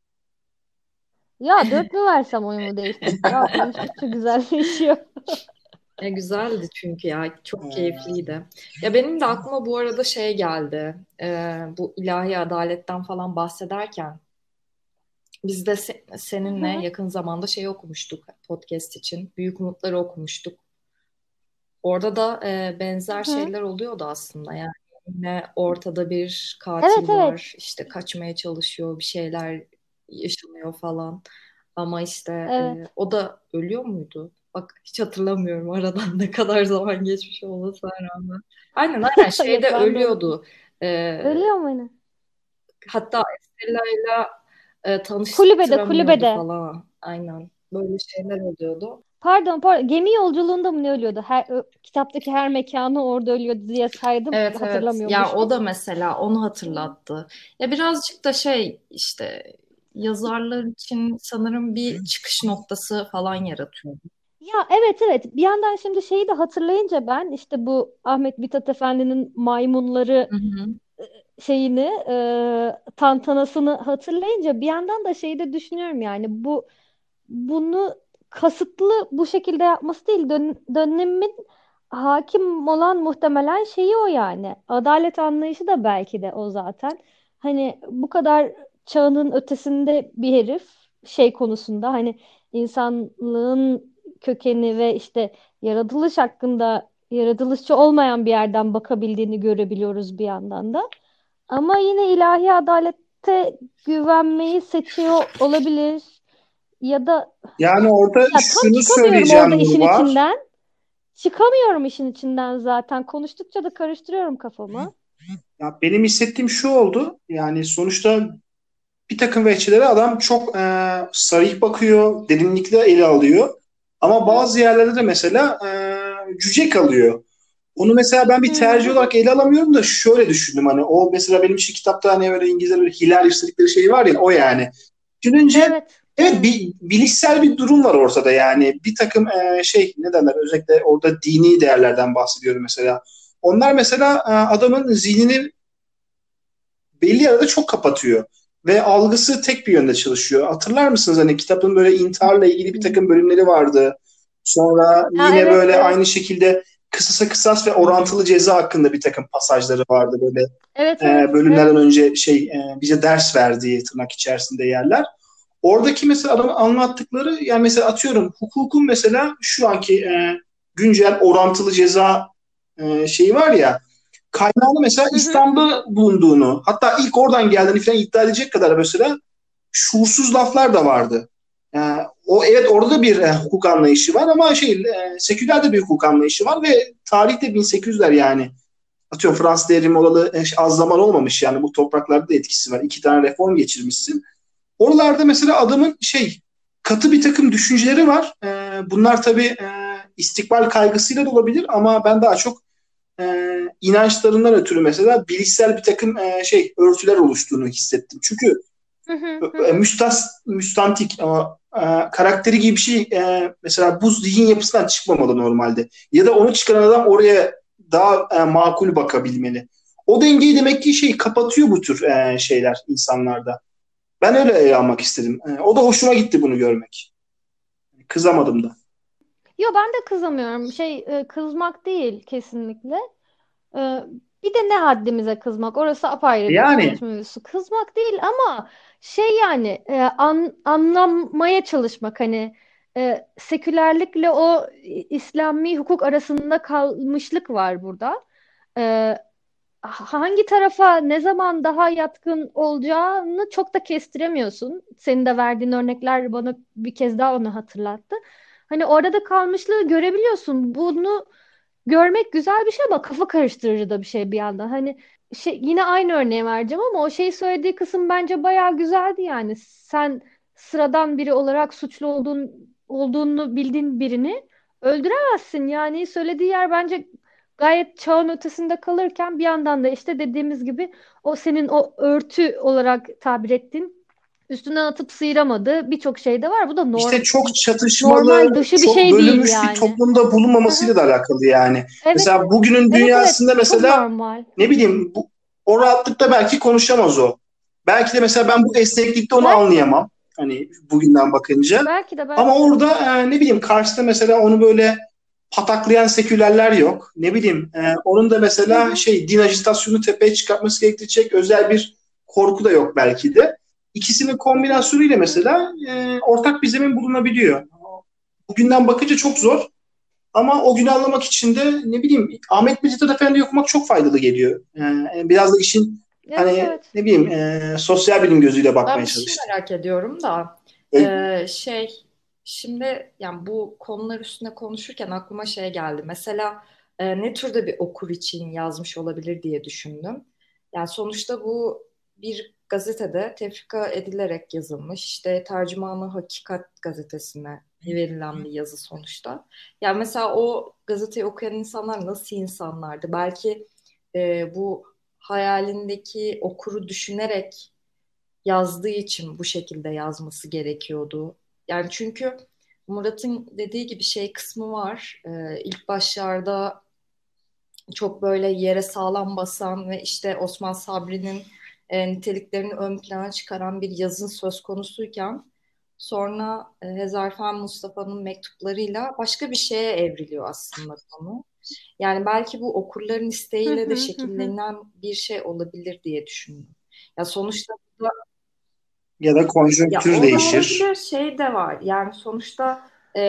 Ya 4 mü versem oyumu değiştirip? Ya konuştukça güzelleşiyor. Güzeldi çünkü ya çok keyifliydi. Ya benim de aklıma bu arada geldi. Bu ilahi adaletten falan bahsederken biz de seninle yakın zamanda okumuştuk podcast için. Büyük Umutları okumuştuk. Orada da benzer şeyler oluyordu aslında. Yani yine ortada bir katil var. İşte kaçmaya çalışıyor, bir şeyler yaşanıyor falan. Ama işte o da ölüyor muydu? Bak hiç hatırlamıyorum aradan ne kadar zaman geçmiş olmasına rağmen. Aynen Yok, ben de ölüyordu. Ölüyor mu yine? Hatta Estella'yla tanıştıramıyordu Kulübede. falan. Aynen. Böyle şeyler oluyordu. Pardon. Gemi yolculuğunda mı ne ölüyordu? Kitaptaki her mekanı orada ölüyordu diye saydım. Evet. Ya Hatırlamıyormuşum. o da mesela onu hatırlattı. Ya birazcık da işte yazarlar için sanırım bir çıkış noktası falan yaratıyor. Ya evet, evet, bir yandan şimdi şeyi de hatırlayınca ben işte bu Ahmet Mithat Efendi'nin maymunları Hı hı. şeyini tantanasını hatırlayınca bir yandan da şeyi de düşünüyorum, yani bunu kasıtlı bu şekilde yapması değil, dönemin hakim olan muhtemelen şeyi o, yani adalet anlayışı da belki de o zaten. Hani bu kadar çağının ötesinde bir herif şey konusunda, hani insanlığın kökeni ve işte yaratılış hakkında yaratılışçı olmayan bir yerden bakabildiğini görebiliyoruz bir yandan da. Ama yine ilahi adalette güvenmeyi seçiyor olabilir. Ya da Yani orada ya tam şunu çıkamıyorum söyleyeceğim orada işin Nurbar. içinden. Çıkamıyorum işin içinden zaten. Konuştukça da karıştırıyorum kafamı. Ya benim hissettiğim şu oldu. Yani sonuçta bir takım vehçelere adam çok sarih bakıyor, derinlikle ele alıyor. Ama Hı bazı yerlerde de mesela cüce kalıyor. Onu mesela ben bir hı hı tercih hı. olarak ele alamıyorum da şöyle düşündüm, hani o mesela benim için kitapta hani öyle İngilizler böyle hilal istedikleri şey var ya, o yani. Düşününce Evet, evet, evet. bir bilişsel bir durum var ortada, yani bir takım şey ne derler, özellikle orada dini değerlerden bahsediyorum mesela. Onlar mesela adamın zihnini belli yerde çok kapatıyor ve algısı tek bir yönde çalışıyor. Hatırlar mısınız, hani kitabın böyle intiharla ilgili bir Hı hı. takım bölümleri vardı. Sonra Ha, yine evet, böyle evet. aynı şekilde kısasa kısas ve Hı hı. orantılı ceza hakkında bir takım pasajları vardı böyle Evet, evet, bölümlerden evet. önce şey bize ders verdiği tırnak içerisinde yerler. Oradaki mesela adamın anlattıkları, yani mesela atıyorum hukukun mesela şu anki güncel orantılı ceza şeyi var ya, kaynağını mesela Hı hı hı hı. İslam'da bulunduğunu, hatta ilk oradan geldiğini falan iddia edecek kadar mesela şuursuz laflar da vardı. O evet, orada da bir hukuk anlayışı var ama şey seküler de bir hukuk anlayışı var ve tarihte 1800'ler yani. Atıyorum Fransız devrimi olalı az zaman olmamış, yani bu topraklarda da etkisi var. 2 tane reform geçirmişsin. Oralarda mesela adamın şey katı bir takım düşünceleri var. Bunlar tabii istikbal kaygısıyla da olabilir ama ben daha çok inançlarından ötürü mesela bilişsel bir takım şey örtüler oluştuğunu hissettim. Çünkü Hı hı hı hı. müstantik ama karakteri gibi bir şey mesela bu zihin yapısından çıkmamalı normalde. Ya da onu çıkaran adam oraya daha makul bakabilmeli. O dengeyi demek ki şey kapatıyor bu tür şeyler insanlarda. Ben öyle ele almak istedim. O da hoşuma gitti bunu görmek. Kızamadım da. Yo, ben de kızamıyorum. Kızmak değil kesinlikle. Ee, Bir de ne haddimize kızmak? Orası apayrı bir Yani konuşma mevzusu. Kızmak değil ama şey, yani anlamaya çalışmak, hani sekülerlikle o İslami hukuk arasında kalmışlık var burada. Ee, Hangi tarafa ne zaman daha yatkın olacağını çok da kestiremiyorsun. Senin de verdiğin örnekler bana bir kez daha onu hatırlattı. Hani orada kalmışlığı görebiliyorsun. Bunu görmek güzel bir şey ama kafa karıştırıcı da bir şey bir yandan. Hani yine aynı örneği vereceğim ama o şey söylediği kısım bence bayağı güzeldi yani. Sen sıradan biri olarak suçlu olduğunu bildiğin birini öldüremezsin. Yani söylediği yer bence gayet çağın ötesinde kalırken bir yandan da işte dediğimiz gibi o senin o örtü olarak tabir ettiğin üstünden atıp sıyıramadığı birçok şey de var. Bu da işte çok çatışmalı, normal dışı bir çok şey değil bölünmüş bir yani. toplumda Hı hı. bulunmamasıyla da alakalı yani. Evet, Mesela bugünün evet, evet, dünyasında çok mesela normal. Hı ne hı. bileyim o rahatlıkta belki konuşamaz o. Belki de mesela ben bu esneklikte onu Belki de, anlayamam. Hani bugünden bakınca. belki de, Ama belki de. orada ne bileyim karşısında mesela onu böyle pataklayan sekülerler yok. Ne bileyim onun da Hı mesela hı. şey din ajitasyonunu tepeye çıkartması gerektirecek özel bir korku da yok belki de. İkisinin Hı hı. kombinasyonuyla Hı hı. mesela ortak bir zemin bulunabiliyor. Bugünden bakınca Hı çok hı. zor ama o günü anlamak için de ne bileyim Ahmet Mithat Efendi'yi okumak çok faydalı geliyor. Biraz da işin Evet, hani evet. ne bileyim sosyal bilim gözüyle bakmaya Ben bir şey çalıştım. merak ediyorum da E, şey şimdi yani bu konular üstüne konuşurken aklıma şey geldi. Mesela ne türde bir okur için yazmış olabilir diye düşündüm. Yani sonuçta bu bir gazetede tefrika edilerek yazılmış. İşte Tercümanı Hakikat gazetesine verilen bir yazı sonuçta. Yani mesela o gazeteyi okuyan insanlar nasıl insanlardı? Belki bu hayalindeki okuru düşünerek yazdığı için bu şekilde yazması gerekiyordu. Yani çünkü Murat'ın dediği gibi şey kısmı var. İlk başlarda çok böyle yere sağlam basan ve işte Osman Sabri'nin niteliklerini ön plana çıkaran bir yazın söz konusuyken sonra Hezarfen Mustafa'nın mektuplarıyla başka bir şeye evriliyor aslında konu. Yani belki bu okurların isteğiyle de şekillenen bir şey olabilir diye düşündüm. Ya sonuçta Ya da ya konjonktür o da değişir. olabilir, şey de var. Yani sonuçta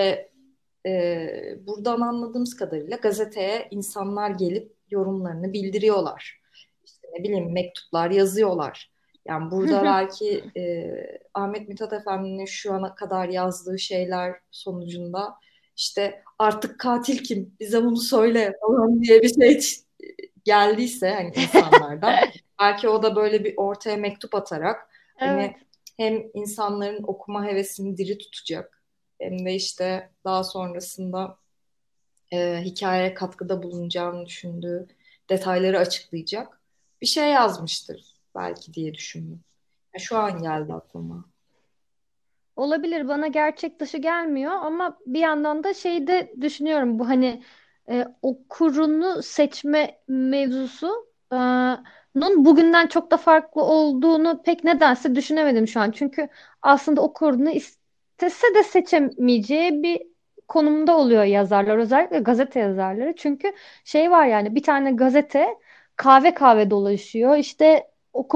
buradan anladığımız kadarıyla gazeteye insanlar gelip yorumlarını bildiriyorlar. İşte ne bileyim mektuplar yazıyorlar. Yani burada belki Ahmet Mithat Efendi'nin şu ana kadar yazdığı şeyler sonucunda işte artık katil kim? Bize bunu söyle falan diye bir şey geldiyse hani insanlardan belki o da böyle bir ortaya mektup atarak Evet. hani hem insanların okuma hevesini diri tutacak hem de işte daha sonrasında hikayeye katkıda bulunacağını düşündüğü detayları açıklayacak bir şey yazmıştır belki diye düşündüm. Ya şu an geldi aklıma. Olabilir, bana gerçek dışı gelmiyor ama bir yandan da şeyi de düşünüyorum, bu hani okurunu seçme mevzusu nun bugünden çok da farklı olduğunu pek nedense düşünemedim şu an. Çünkü aslında okurunu istese de seçemeyeceği bir konumda oluyor yazarlar, özellikle gazete yazarları. Çünkü şey var, yani bir tane gazete kahve kahve dolaşıyor. İşte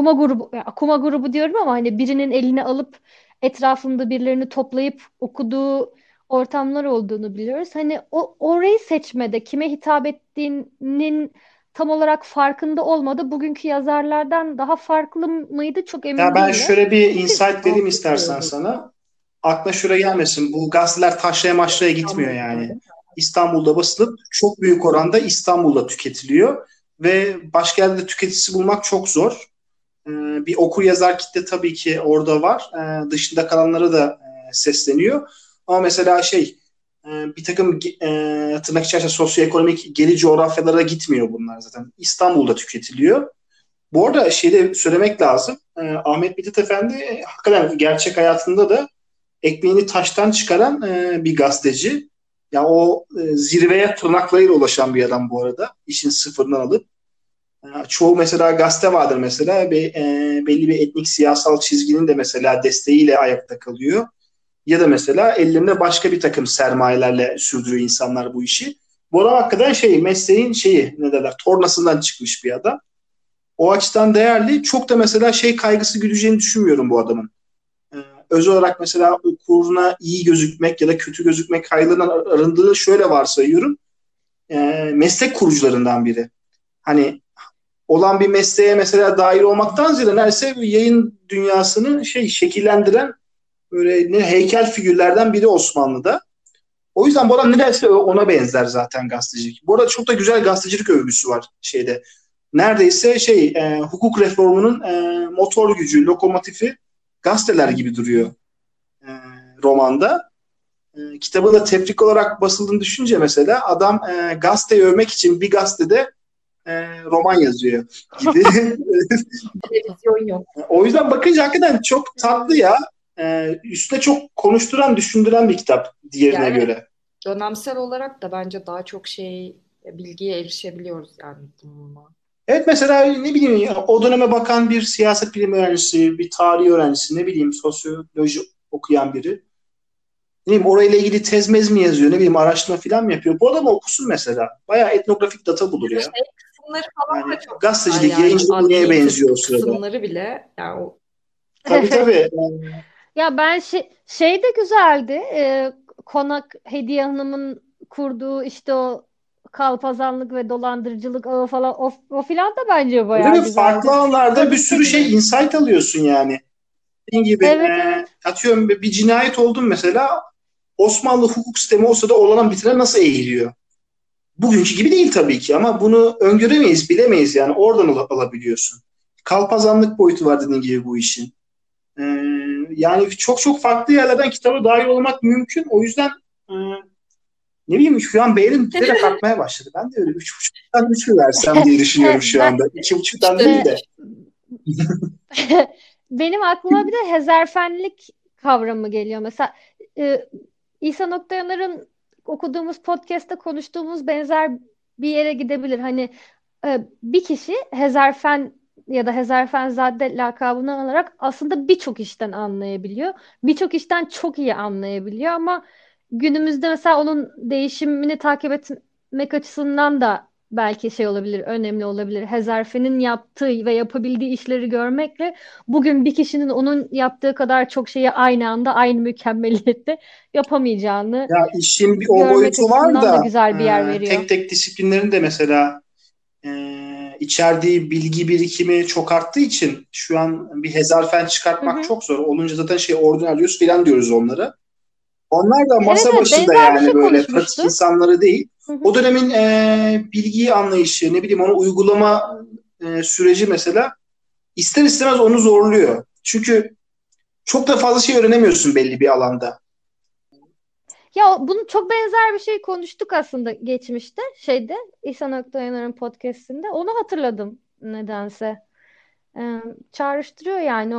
okuma grubu diyorum ama hani birinin eline alıp etrafında birilerini toplayıp okuduğu ortamlar olduğunu biliyoruz. Hani orayı seçmede kime hitap ettiğinin tam olarak farkında olmadı. Bugünkü yazarlardan daha farklı mıydı çok Ya emin ben değilim. şöyle bir Çünkü insight vereyim istersen Avrupa'da, sana. Aklına şöyle gelmesin. Bu gazeteler taşraya maçraya gitmiyor İstanbul'da yani. değil İstanbul'da basılıp çok büyük oranda İstanbul'da tüketiliyor. Ve başka yerde tüketicisi bulmak çok zor. Bir okur yazar kitle tabii ki orada var. Dışında kalanlara da sesleniyor. Ama mesela bir takım tırnak içerisinde sosyoekonomik geri coğrafyalara gitmiyor bunlar zaten. İstanbul'da tüketiliyor. Bu arada şeyde söylemek lazım. Ahmet Mithat Efendi hakikaten gerçek hayatında da ekmeğini taştan çıkaran bir gazeteci. Ya o zirveye tırnaklarıyla ulaşan bir adam bu arada. İşin sıfırından alıp. Çoğu mesela gazete vardır mesela belli bir etnik siyasal çizginin de mesela desteğiyle ayakta kalıyor. Ya da mesela ellerinde başka bir takım sermayelerle sürdürüyor insanlar bu işi. Bu adam hakikaten mesleğin ne derler tornasından çıkmış bir adam. O açıdan değerli. Çok da mesela kaygısı güdeceğini düşünmüyorum bu adamın. Ee, Özel olarak mesela okuruna iyi gözükmek ya da kötü gözükmek kaygılarından arındığını şöyle varsayıyorum. Meslek kurucularından biri. Hani olan bir mesleğe mesela dahil olmaktan ziyade neredeyse yayın dünyasını şekillendiren böyle heykel figürlerden biri Osmanlı'da. O yüzden bu adam neredeyse ona benzer zaten gazetecilik. Bu arada çok da güzel gazetecilik övgüsü var şeyde. Neredeyse hukuk reformunun motor gücü, lokomotifi gazeteler gibi duruyor e, romanda. Kitabın da tefrik olarak basıldığını düşünce mesela adam gazeteyi övmek için bir gazetede roman yazıyor gibi. televizyon yok. O yüzden bakınca hakikaten çok tatlı ya. Üstüne çok konuşturan, düşündüren bir kitap Ya diğerine evet, göre. dönemsel olarak da bence daha çok bilgiye erişebiliyoruz yani bununla. Evet mesela ne bileyim ya, o döneme bakan bir siyaset bilimi öğrencisi, bir tarih öğrencisi, ne bileyim sosyoloji okuyan biri. Ne bileyim orayla ilgili tez mez mi yazıyor, ne bileyim araştırma falan mı yapıyor? Bu adamı okusun mesela. Bayağı etnografik data bulur Ya da ya. şey kısımları falan da Yani çok güzel gazetecilik, yani yayıncılık neye adli benziyor o tıp sırada? kısımları bile yani o Tabii tabii. Ya ben şey de güzeldi. Konak Hediye Hanım'ın kurduğu işte o kalpazanlık ve dolandırıcılık ağı falan, o filan da bence Değil bayağı mi? Farklı güzeldi. alanlarda bir Dikkatimi sürü çekti. insight alıyorsun yani. Dediğim gibi Evet, evet. atıyorum bir cinayet oldu mesela Osmanlı hukuk sistemi o sırada olan bitene nasıl eğiliyor? Bugünkü gibi değil tabii ki ama bunu öngöremeyiz, bilemeyiz yani oradan alabiliyorsun. Kalpazanlık boyutu var dediğin gibi bu işin. Ee, Yani çok çok farklı yerlerden kitaba dahil olmak mümkün. O yüzden ne bileyim şu an beynim giderek artmaya başladı. Ben de öyle 3,5'tan 3 mü versem diye düşünüyorum şu Ben anda. 2,5'tan değil işte de. benim aklıma bir de hezarfenlik kavramı geliyor. Mesela e, İhsan Oktayanar'ın okuduğumuz podcast'te konuştuğumuz benzer bir yere gidebilir. Hani bir kişi Hezarfen ya da Hezarfenzade lakabını alarak aslında birçok işten anlayabiliyor. Birçok işten çok iyi anlayabiliyor ama günümüzde mesela onun değişimini takip etmek açısından da belki şey olabilir, önemli olabilir. Hezarfen'in yaptığı ve yapabildiği işleri görmekle bugün bir kişinin onun yaptığı kadar çok şeyi aynı anda aynı mükemmeliyette yapamayacağını Ya işin bir o görmek boyutu var açısından da da güzel bir yer veriyor. tek tek disiplinlerin de mesela içerdiği bilgi birikimi çok arttığı için şu an bir hezarfen Hı çıkartmak hı. çok zor. Olunca zaten ordinarius falan diyoruz onlara. Onlar da Evet masa evet, başında benzer bir yani şey böyle pratik konuşmuştuk. insanları değil. Hı O hı. dönemin bilgiyi anlayışı, ne bileyim onu uygulama süreci mesela ister istemez onu zorluyor. Çünkü çok da fazla şey öğrenemiyorsun belli bir alanda. Ya bunu çok benzer bir şey konuştuk aslında geçmişte İhsan Aktayanar'ın podcast'inde. Onu hatırladım nedense. Çağrıştırıyor yani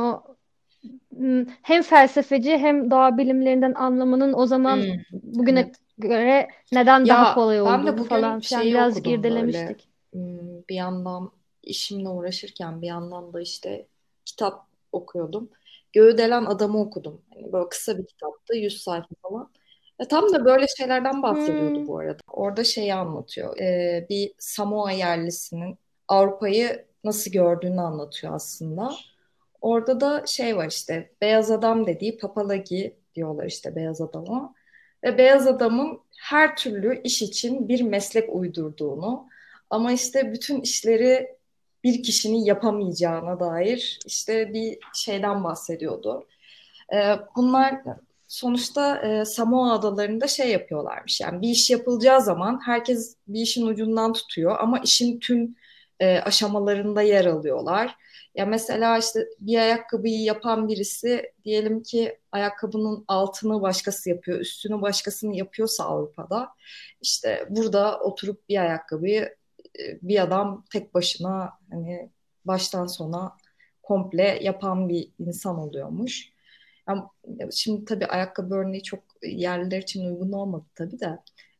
hem felsefeci hem doğa bilimlerinden anlamanın o zaman Hmm, bugüne evet. göre neden daha Ya kolay ben de olduğunu bugün falan filan şeyi birazcık okudum böyle irdelemiştik. bir yandan işimle uğraşırken bir yandan da işte kitap okuyordum. Göğüdelen Adam'ı okudum. Yani böyle kısa bir kitaptı, 100 sayfa falan. Tam da böyle şeylerden bahsediyordu Hmm. bu arada. Orada şeyi anlatıyor. Bir Samoa yerlisinin Avrupa'yı nasıl gördüğünü anlatıyor aslında. Orada da şey var işte beyaz adam dediği papalagi diyorlar işte beyaz adama. Ve beyaz adamın her türlü iş için bir meslek uydurduğunu ama işte bütün işleri bir kişinin yapamayacağına dair işte bir şeyden bahsediyordu. Bunlar sonuçta Samoa adalarında şey yapıyorlarmış. Yani bir iş yapılacağı zaman herkes bir işin ucundan tutuyor ama işin tüm aşamalarında yer alıyorlar. Ya mesela işte bir ayakkabıyı yapan birisi diyelim ki ayakkabının altını başkası yapıyor, üstünü başkasını yapıyorsa Avrupa'da işte burada oturup bir ayakkabıyı bir adam tek başına hani baştan sona komple yapan bir insan oluyormuş. Yani şimdi tabii ayakkabı örneği çok yerliler için uygun olmadı tabii de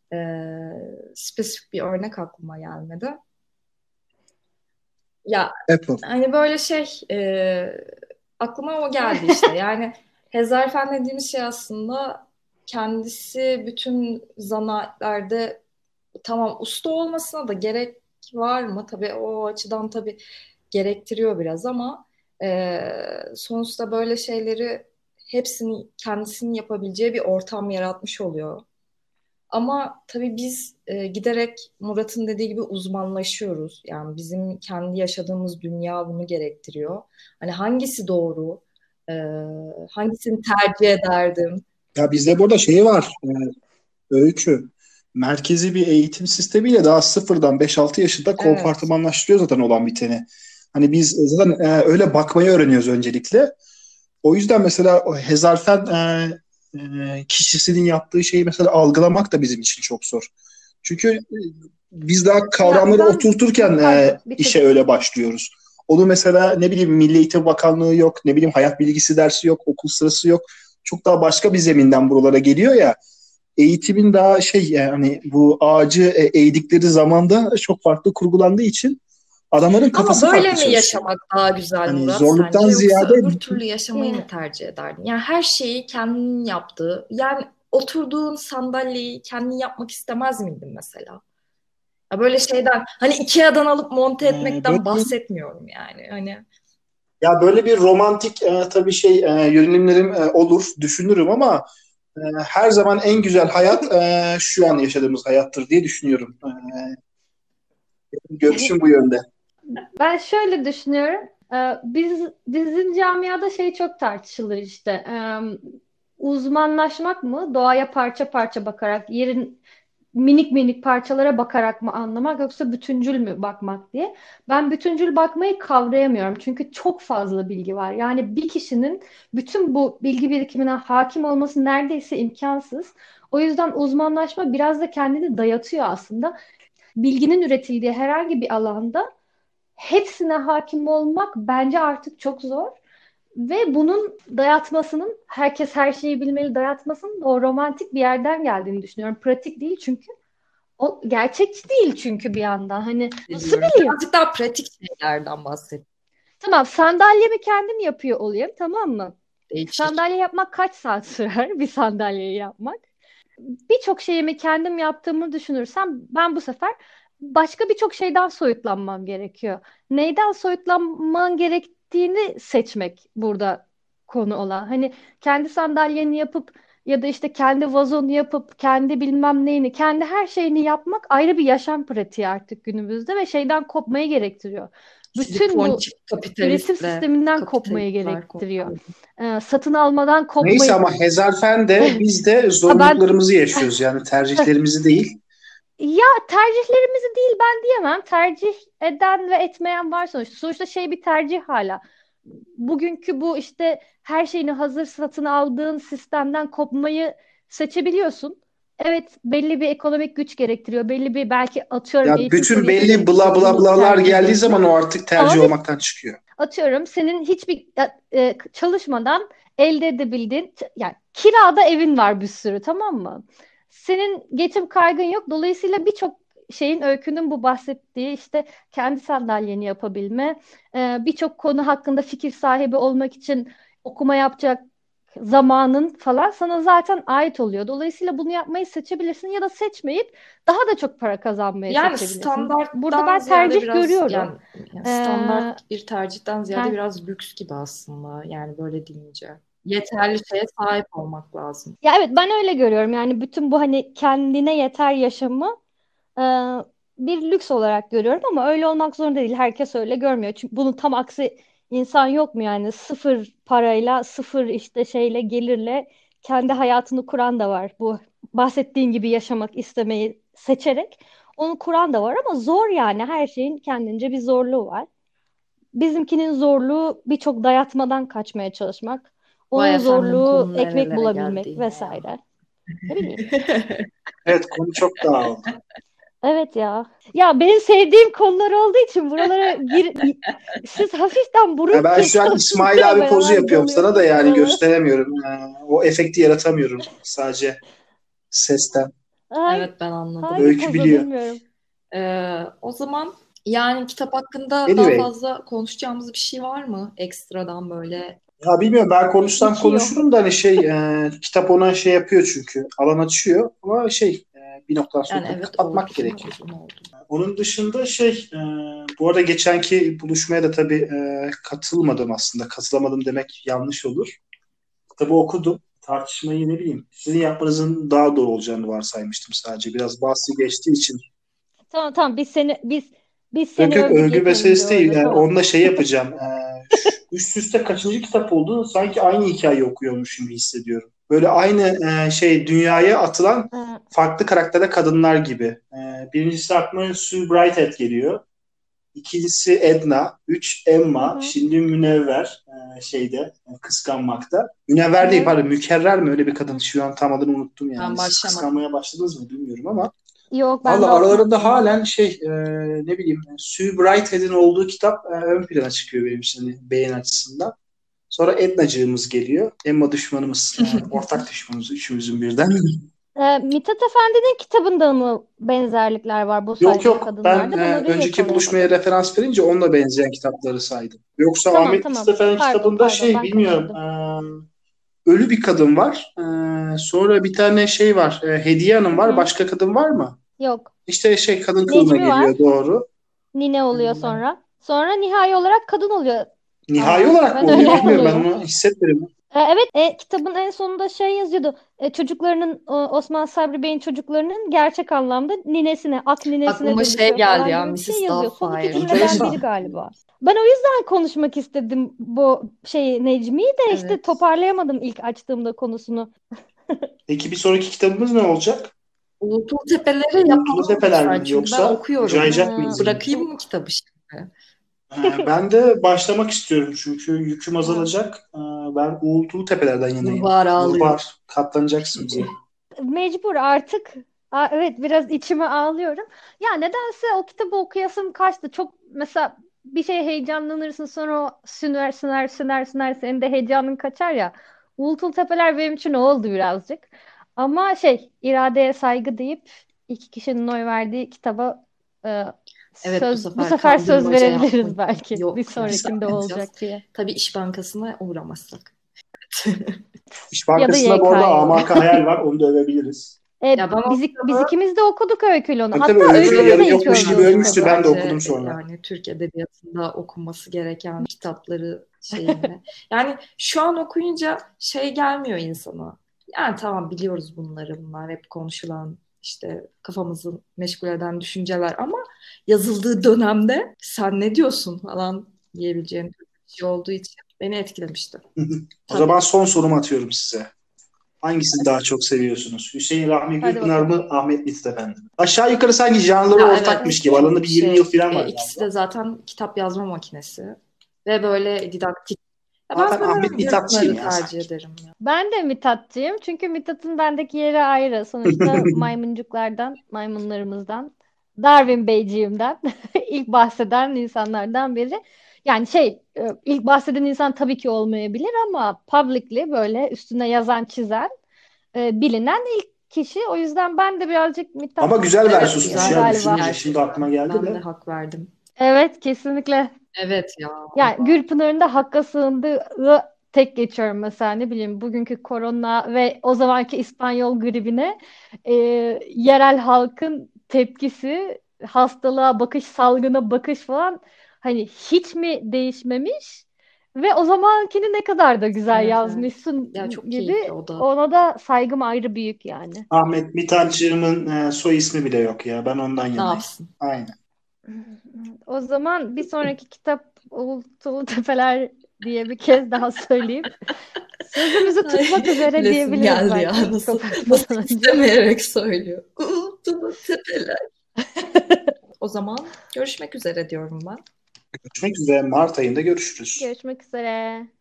spesifik bir örnek aklıma gelmedi. Ya Apple. hani böyle aklıma o geldi işte. Yani Hezarfen dediğimiz şey aslında kendisi bütün zanaatlerde tamam usta olmasına da gerek var mı? Tabii o açıdan tabii gerektiriyor biraz ama sonuçta böyle şeyleri hepsini kendisinin yapabileceği bir ortam yaratmış oluyor. Ama tabii biz giderek Murat'ın dediği gibi uzmanlaşıyoruz. Yani bizim kendi yaşadığımız dünya bunu gerektiriyor. Hani hangisi doğru, e, hangisini tercih ederdim? Ya bizde burada şey var. Öykü. Merkezi bir eğitim sistemiyle daha sıfırdan 5-6 yaşında Evet. kompartımanlaştırıyor zaten olan biteni. Hani biz zaten öyle bakmayı öğreniyoruz öncelikle. O yüzden mesela o Hezarfen kişisinin yaptığı şeyi mesela algılamak da bizim için çok zor. Çünkü biz daha Ya kavramları oturturken pardon işe bitir. öyle başlıyoruz. Onu mesela ne bileyim Milli Eğitim Bakanlığı yok, ne bileyim hayat bilgisi dersi yok, okul sırası yok. Çok daha başka bir zeminden buralara geliyor ya. Eğitimin daha yani bu ağacı eğdikleri zamanda çok farklı kurgulandığı için adamların Ama kafası böyle farklı mi çalışıyor. yaşamak daha güzel Hani Murat zorluktan sence? Yoksa ziyade öbür türlü yaşamayı mı Ya, tercih ederdin? Yani her şeyi kendinin yaptığı, yani oturduğun sandalyeyi kendin yapmak istemez miydin mesela? Ya böyle şeyden, hani IKEA'dan alıp monte böyle etmekten bir bahsetmiyorum yani. Hani ya böyle bir romantik tabii yönelimlerim olur, düşünürüm ama her zaman en güzel hayat şu an yaşadığımız hayattır diye düşünüyorum. Görüşüm bu yönde. ben şöyle düşünüyorum. Bizim camiada şey çok tartışılır işte. Uzmanlaşmak mı? Doğaya parça parça bakarak, yerin minik minik parçalara bakarak mı anlamak yoksa bütüncül mü bakmak diye. Ben bütüncül bakmayı kavrayamıyorum. Çünkü çok fazla bilgi var. Yani bir kişinin bütün bu bilgi birikimine hakim olması neredeyse imkansız. O yüzden uzmanlaşma biraz da kendini dayatıyor aslında. Bilginin üretildiği herhangi bir alanda hepsine hakim olmak bence artık çok zor. Ve bunun dayatmasının, herkes her şeyi bilmeli dayatmasının o romantik bir yerden geldiğini düşünüyorum. Pratik değil çünkü. O gerçekçi değil çünkü bir yandan. Hani nasıl Biliyorum. bileyim? Birazcık daha pratik şeylerden bahset. Tamam, sandalyemi kendim yapıyor olayım, tamam mı? Değişir. Sandalye yapmak kaç saat sürer bir sandalyeyi yapmak? Birçok şeyimi kendim yaptığımı düşünürsem ben bu sefer başka birçok şeyden soyutlanmam gerekiyor. Neyden soyutlanman gerektiğini seçmek burada konu olan. Hani kendi sandalyeni yapıp ya da işte kendi vazonu yapıp kendi bilmem neyini, kendi her şeyini yapmak ayrı bir yaşam pratiği artık günümüzde ve şeyden kopmayı gerektiriyor. Bütün bu Ponçik üretim kapitalistle sisteminden kopmayı kapitalistler gerektiriyor. Satın almadan Neyse kopmayı. ama hezarfen de biz de Ha ben zorunluluklarımızı yaşıyoruz. Yani tercihlerimizi değil. Ya tercihlerimizi değil ben diyemem. Tercih eden ve etmeyen var sonuçta. Sonuçta şey bir tercih hala. Bugünkü bu işte her şeyini hazır satın aldığın sistemden kopmayı seçebiliyorsun. Evet, belli bir ekonomik güç gerektiriyor. Belli bir belki atıyorum Ya eğitim bütün seviyesi belli bla gerektiriyor. bla Bunu blalar tercih geldiği ediyorsun. zaman o artık Ama tercih biz olmaktan çıkıyor. atıyorum senin hiçbir çalışmadan elde edebildiğin yani kirada evin var bir sürü, tamam mı? Senin geçim kaygın yok. Dolayısıyla birçok şeyin öykünün bu bahsettiği işte kendi sandalyeni yapabilme, birçok konu hakkında fikir sahibi olmak için okuma yapacak zamanın falan sana zaten ait oluyor. Dolayısıyla bunu yapmayı seçebilirsin ya da seçmeyip daha da çok para kazanmayı Yani seçebilirsin. Burada standarttan ben ziyade tercih biraz görüyorum. yani Ee, standart bir tercihten ziyade kend- biraz lüks gibi aslında. Yani böyle deyince. Yeterli şeye sahip olmak lazım. Ya evet, ben öyle görüyorum. Yani bütün bu hani kendine yeter yaşamı e, bir lüks olarak görüyorum ama öyle olmak zorunda değil. Herkes öyle görmüyor. Çünkü bunun tam aksi insan yok mu yani? Sıfır parayla, sıfır işte şeyle, gelirle kendi hayatını kuran da var. Bu bahsettiğin gibi yaşamak istemeyi seçerek onu kuran da var ama zor yani. Her şeyin kendince bir zorluğu var. Bizimkinin zorluğu birçok dayatmadan kaçmaya çalışmak. Vay Onun efendim zorluğu konu ekmek nerelere geldi bulabilmek yine ya. vesaire. Ne bileyim. Evet, konu çok dağıldı. Evet ya. Ya benim sevdiğim konular olduğu için buralara siz hafiften Ya burun ben şu an kırıyorsunuz İsmail ya, abi ben pozu hemen yapıyorum sana da dalıyorum yani buralara. gösteremiyorum. O efekti yaratamıyorum sadece sesten. Hangi, Evet ben anladım. hangi Öykü poza biliyor. bilmiyorum. O zaman yani kitap hakkında daha Anyway. fazla konuşacağımız bir şey var mı? Ekstradan böyle Ya bilmiyorum, ben konuşsam Bitiyor. konuşurum da hani kitap ona şey yapıyor çünkü alan açıyor ama bir noktadan sonra yani tabii evet kapatmak oldu. gerekiyor. Uzun oldu. Onun dışında bu arada geçenki buluşmaya da tabii katılmadım aslında. Katılamadım demek yanlış olur. Kitabı okudum. Tartışmayı ne bileyim sizin yapmanızın daha doğru olacağını varsaymıştım sadece. Biraz bahsi geçtiği için. Tamam tamam, biz Yok seni yok, övdük övgü yeterince meselesi değil. orada, Yani tamam. onunla yapacağım. Üst üste kaçıncı kitap oldu? Sanki aynı hikaye okuyormuş gibi hissediyorum. Böyle aynı dünyaya atılan Ee, farklı karaktere kadınlar gibi. Birincisi aklıma Sue Brighthead geliyor. İkincisi Edna. Üç hı Emma. hı. Şimdi Münevver kıskanmakta. Münevver değil, Ne? pardon, Mükerrer mi? Öyle bir kadın. Hı. Şu an tam adını unuttum yani. Ben Siz başlamadım. kıskanmaya başladınız mı bilmiyorum ama Yok, ben valla de aralarında okumadım onu. halen ne bileyim Sue Brighthead'in olduğu kitap ön plana çıkıyor benim için hani beğeni açısından. Sonra Ednacığımız geliyor. Emma düşmanımız. Ortak düşmanımız üçümüzün birden. Mithat Efendi'nin kitabında mı benzerlikler var bu Yok saydığın yok, ben kadınlarda? Ben orayı önceki buluşmaya yakalayamadım. referans verince onunla benzeyen kitapları saydım. Yoksa Tamam Ahmet tamam. Mustafa'nın Pardon kitabında pardon, ben bilmiyorum, kaçırdım. ölü bir kadın var. Sonra bir tane var. Hediye Hı Hanım var. hı. Başka kadın var mı? Yok. İşte kadın kılığına Necmi geliyor, var. doğru. Nine E, oluyor sonra. Sonra nihai olarak kadın oluyor. Nihai Ama olarak mı ben öyle oluyor bilmiyorum. Ben hatırlıyorum. onu hissetmedim. Evet, kitabın en sonunda şey yazıyordu. Çocuklarının Osman Sabri Bey'in çocuklarının gerçek anlamda ninesine, ak ninesine Aklıma dönüşüyor geldi falan ya gibi bir şey Mrs. yazıyor. Son iki Doubtfire. cümleden biri Enteresan. galiba. Ben o yüzden konuşmak istedim bu Necmi'yi de işte Evet. toparlayamadım ilk açtığımda konusunu. Peki bir sonraki kitabımız ne olacak? Uğultul Tepeleri Uğultulu yapalım Tepeler lütfen. mi? Çünkü ben Yoksa okuyorum. cayacak mıyız yine? Bırakayım mı kitabı şimdi? Ben de başlamak istiyorum çünkü yüküm Ha. azalacak. Ben Uğultulu Tepeler'den yanayım. Kurbağa ağlıyor. Gurbar, katlanacaksın bize. Mecbur artık. Evet, biraz içime ağlıyorum. Ya nedense o kitabı okuyasım kaçtı. Çok mesela bir şeye heyecanlanırsın, sonra o süner senin de heyecanın kaçar ya. Uğultul Tepeler benim için o oldu birazcık. Ama iradeye saygı deyip iki kişinin oy verdiği kitaba e, Evet, bu bu sefer sefer söz kandırmaca yapmak verebiliriz belki. Bir yok yani, sonrakinde yapmayacağız. olacak diye. Tabii İş Bankası'na uğramazsak. İş Ya da Bankası'nda bu arada YK'ye. Amaka Hayal var. Onu da övebiliriz. Ya ben o Biz kitabı ikimiz de okuduk Öykü'yle onu. Tabii tabii, Hatta Öykü Öykü yarın bize ilk yokmuş övdü gibi o övmüştü. kitabı. Ben de bence okudum sonra. yani Türk Edebiyatı'nda okunması gereken kitapları şeyinde. Yani şu an okuyunca şey gelmiyor insana. Yani tamam, biliyoruz bunlar hep konuşulan, işte kafamızı meşgul eden düşünceler, ama yazıldığı dönemde sen ne diyorsun falan diyebileceğim bir şey olduğu için beni etkilemişti. O Tabii. zaman son sorumu atıyorum size. Hangisini daha çok seviyorsunuz? Hüseyin Rahmi Hadi Gülpınar bakalım. mı, Ahmet Mithat Efendi mi? Aşağı yukarı sanki janrları Ya ortakmış evet, gibi. Aralarında bir 20 yıl falan var ikisi galiba. de zaten kitap yazma makinesi ve böyle didaktik. Ya ben Ama ben Ahmet sanırım Mithatçıyım Gülpınar'ı ya tercih sanki. ederim ya. Ben de Mithatçıyım. Çünkü Mithat'ın bendeki yeri ayrı. Sonuçta maymunlarımızdan, Darwin Beyciğimden, ilk bahseden insanlardan biri. Yani ilk bahseden insan tabii ki olmayabilir ama publicly böyle üstüne yazan, çizen, bilinen ilk kişi. O yüzden ben de birazcık Ama güzel Evet, versusmuş güzel ya, galiba. düşününce. Şimdi aklıma geldi Ben de de. hak verdim. Evet, kesinlikle. Evet ya. Yani Gülpınar'ın da Hakka sığındığı tek geçiyorum mesela, ne bileyim, bugünkü korona ve o zamanki İspanyol gribine e, yerel halkın tepkisi, hastalığa bakış, salgına bakış falan, hani hiç mi değişmemiş ve o zamankini ne kadar da güzel Evet. yazmışsın Ya çok gibi, keyifli o da. ona da saygım ayrı büyük yani. Ahmet Mithatçığımın soy ismi bile yok ya. Ben ondan Ne yanayım. yapsın? Aynen. O zaman bir sonraki kitap Uğultulu Tepeler diye bir kez daha söyleyip sözümüzü tutmak üzere Lesim diyebiliriz geldi ya. belki Nasıl kapatmadan önce. istemeyerek söylüyor. Uğultulu Tepeler. O zaman görüşmek üzere diyorum ben. Görüşmek üzere. Mart ayında görüşürüz. Görüşmek üzere.